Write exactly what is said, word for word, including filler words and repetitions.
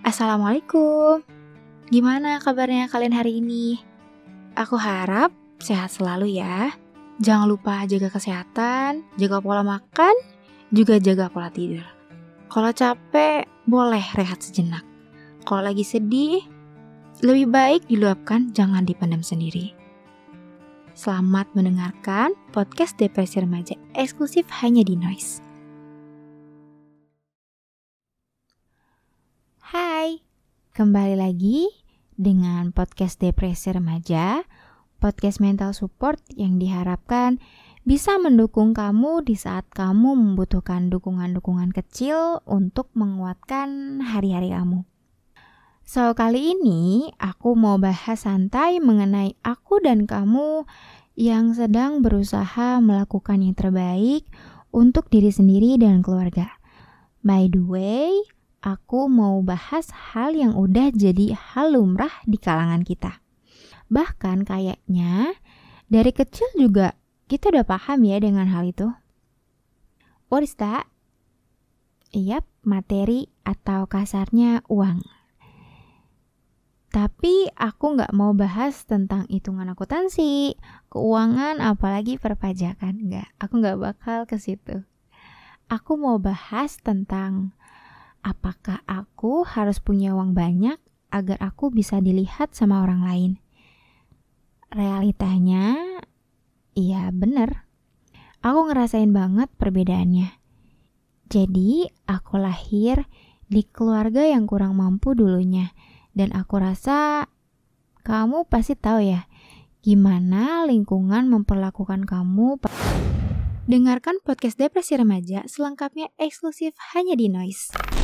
Assalamualaikum. Gimana kabarnya kalian hari ini? Aku harap sehat selalu ya. Jangan lupa jaga kesehatan, jaga pola makan, juga jaga pola tidur. Kalau capek, boleh rehat sejenak. Kalau lagi sedih, lebih baik diluapkan, jangan dipendam sendiri. Selamat mendengarkan podcast Depresi Remaja eksklusif hanya di Noise. Hai, kembali lagi dengan podcast Depresi Remaja, podcast mental support yang diharapkan bisa mendukung kamu di saat kamu membutuhkan dukungan-dukungan kecil untuk menguatkan hari-hari kamu. So, kali ini aku mau bahas santai mengenai aku dan kamu yang sedang berusaha melakukan yang terbaik untuk diri sendiri dan keluarga. By the way, aku mau bahas hal yang udah jadi hal lumrah di kalangan kita. Bahkan kayaknya dari kecil juga kita udah paham ya dengan hal itu. What is that? Yap, materi atau kasarnya uang. Tapi aku gak mau bahas tentang hitungan akuntansi, keuangan, apalagi perpajakan. Enggak, aku gak bakal ke situ. Aku mau bahas tentang apakah aku harus punya uang banyak agar aku bisa dilihat sama orang lain? Realitanya, iya bener. Aku ngerasain banget perbedaannya. Jadi, aku lahir di keluarga yang kurang mampu dulunya. Dan aku rasa kamu pasti tahu ya, gimana lingkungan memperlakukan kamu. Dengarkan podcast Depresi Remaja selengkapnya eksklusif hanya di Noise.